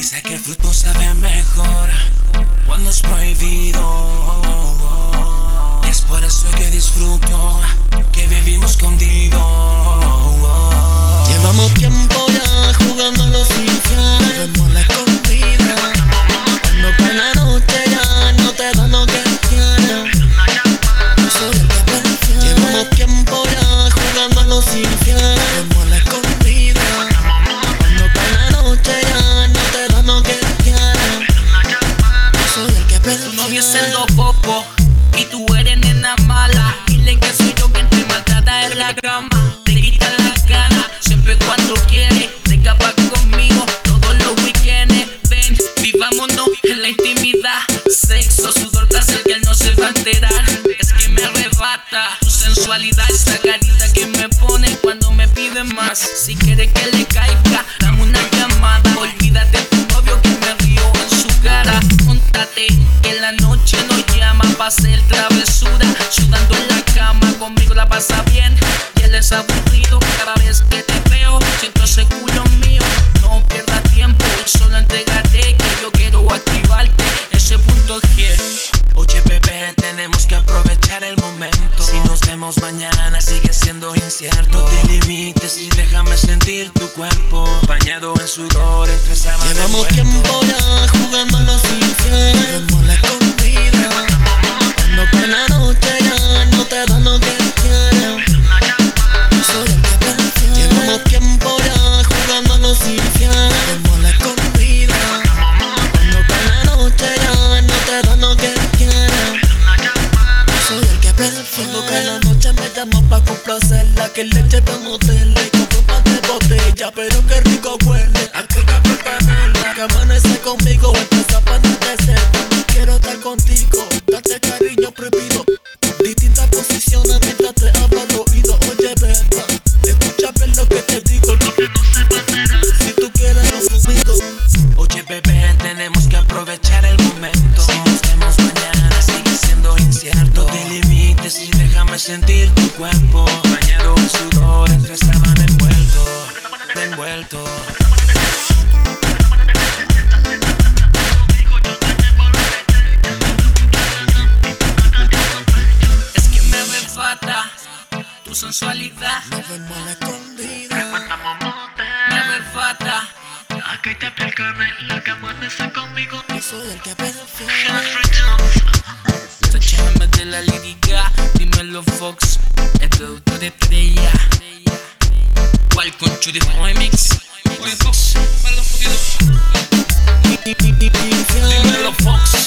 Dice que el fruto sabe mejor cuando es prohibido. Y es por eso que disfruto que vivimos escondido. Llevamos tiempo ya jugando a los infieles. Vemos la escondida. Cuando cae la noche ya no te da lo que quieres. No soy el que prefiere. Llevamos tiempo ya jugando a los infieles. Vemos la escondida. Cuando cae la noche ya no te da lo que quieres. No soy el que prefiere. Tu novio es siendo popo y tú eres nena mala. Dile que soy yo quien te maltrata en la cama. Te quita las ganas siempre cuando quiere. Te escapas conmigo todos los weekends. Ven, vivámonos en la intimidad. Sexo, sudor, placer que él no se va a enterar. Es que me arrebata tu sensualidad, esa carita que me pone cuando me pide más. Si quieres que le caiga, dame una llamada. Olvídate de tu novio que me río en su cara. Móntate que en la noche nos llama pa' hacer travesura. Sudando en la cama, conmigo la pasa bien. Y él es aburrido cada vez que te veo. Siento ese culo mío, no pierdas tiempo y solo entrégate que yo quiero activarte ese punto G. Oye bebé, tenemos que aprovechar el momento. Si nos vemos mañana sigue siendo incierto. No te limites y déjame sentir tu cuerpo bañado en sudor entre sábanas. Llevamos tiempo ya jugando a los infieles. Vemos la escondida. Cuando cae la noche ya no te da lo que quieres. No soy el que prefiere. Llevamos tiempo ya jugando a los infieles. Vemos la escondida. Cuando cae la noche ya no te da lo que quieres. No soy el que prefiere. Cuando cae la noche me llaman pa' complacerla. Que leche pa' motel y compro un par de botella. Pero qué rico huele, aquella por canela. Que amanece conmigo, empieza pa' anochecer. Quiero estar contigo, darte cariño prohibido. Distintas posiciones mientras te hablo al oído. Oye beba, escucha bien lo que te digo. Lo que no se va a enterar si tú quieres no conmigo. Oye bebé, tenemos que aprovechar el momento. Si nos vemos mañana sigue siendo incierto. No te limites y déjame sentir tu cuerpo bañado en sudor entre sábana envuelto. Es que me arrebata tu sensualidad. Nos vemos a la escondida. Me arrebata. Aquí te aplica la que amanece conmigo. Yo soy el que prefiere. Escúchame de la lírica, dímelo Fox, el productor estrella. ¿Cuál con Chudi Remix? Fox, para los jodidos. Dímelo Fox.